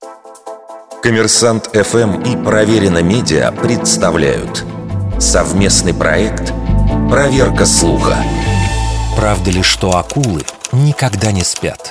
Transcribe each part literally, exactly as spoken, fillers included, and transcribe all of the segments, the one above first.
Коммерсант эф эм и Проверено Медиа представляют совместный проект «Проверка слуха». Правда ли, что акулы никогда не спят?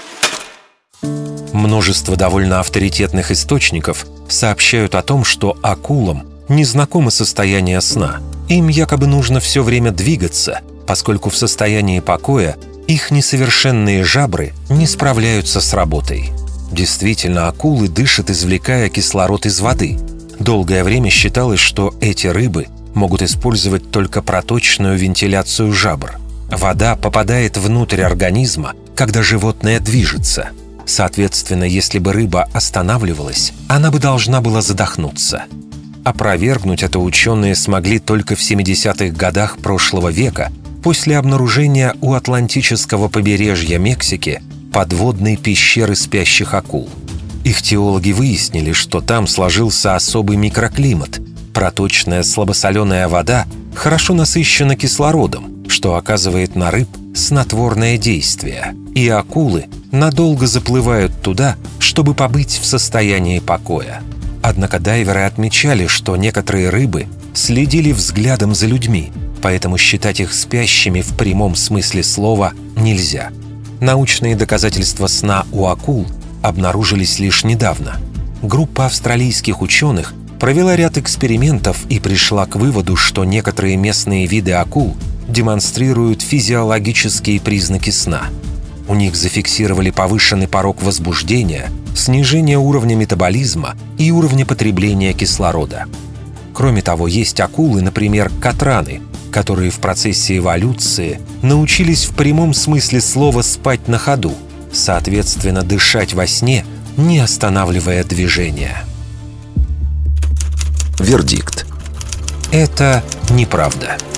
Множество довольно авторитетных источников сообщают о том, что акулам не знакомо состояние сна. Им якобы нужно все время двигаться, поскольку в состоянии покоя их несовершенные жабры не справляются с работой. Действительно, акулы дышат, извлекая кислород из воды. Долгое время считалось, что эти рыбы могут использовать только проточную вентиляцию жабр. Вода попадает внутрь организма, когда животное движется. Соответственно, если бы рыба останавливалась, она бы должна была задохнуться. Опровергнуть это ученые смогли только в семидесятых годах прошлого века, после обнаружения у Атлантического побережья Мексики подводной пещеры спящих акул. Ихтиологи выяснили, что там сложился особый микроклимат. Проточная слабосоленая вода хорошо насыщена кислородом, что оказывает на рыб снотворное действие, и акулы надолго заплывают туда, чтобы побыть в состоянии покоя. Однако дайверы отмечали, что некоторые рыбы следили взглядом за людьми, поэтому считать их спящими в прямом смысле слова нельзя. Научные доказательства сна у акул обнаружились лишь недавно. Группа австралийских ученых провела ряд экспериментов и пришла к выводу, что некоторые местные виды акул демонстрируют физиологические признаки сна. У них зафиксировали повышенный порог возбуждения, снижение уровня метаболизма и уровня потребления кислорода. Кроме того, есть акулы, например, катраны, которые в процессе эволюции научились в прямом смысле слова спать на ходу, соответственно, дышать во сне, не останавливая движение. Вердикт. Это неправда.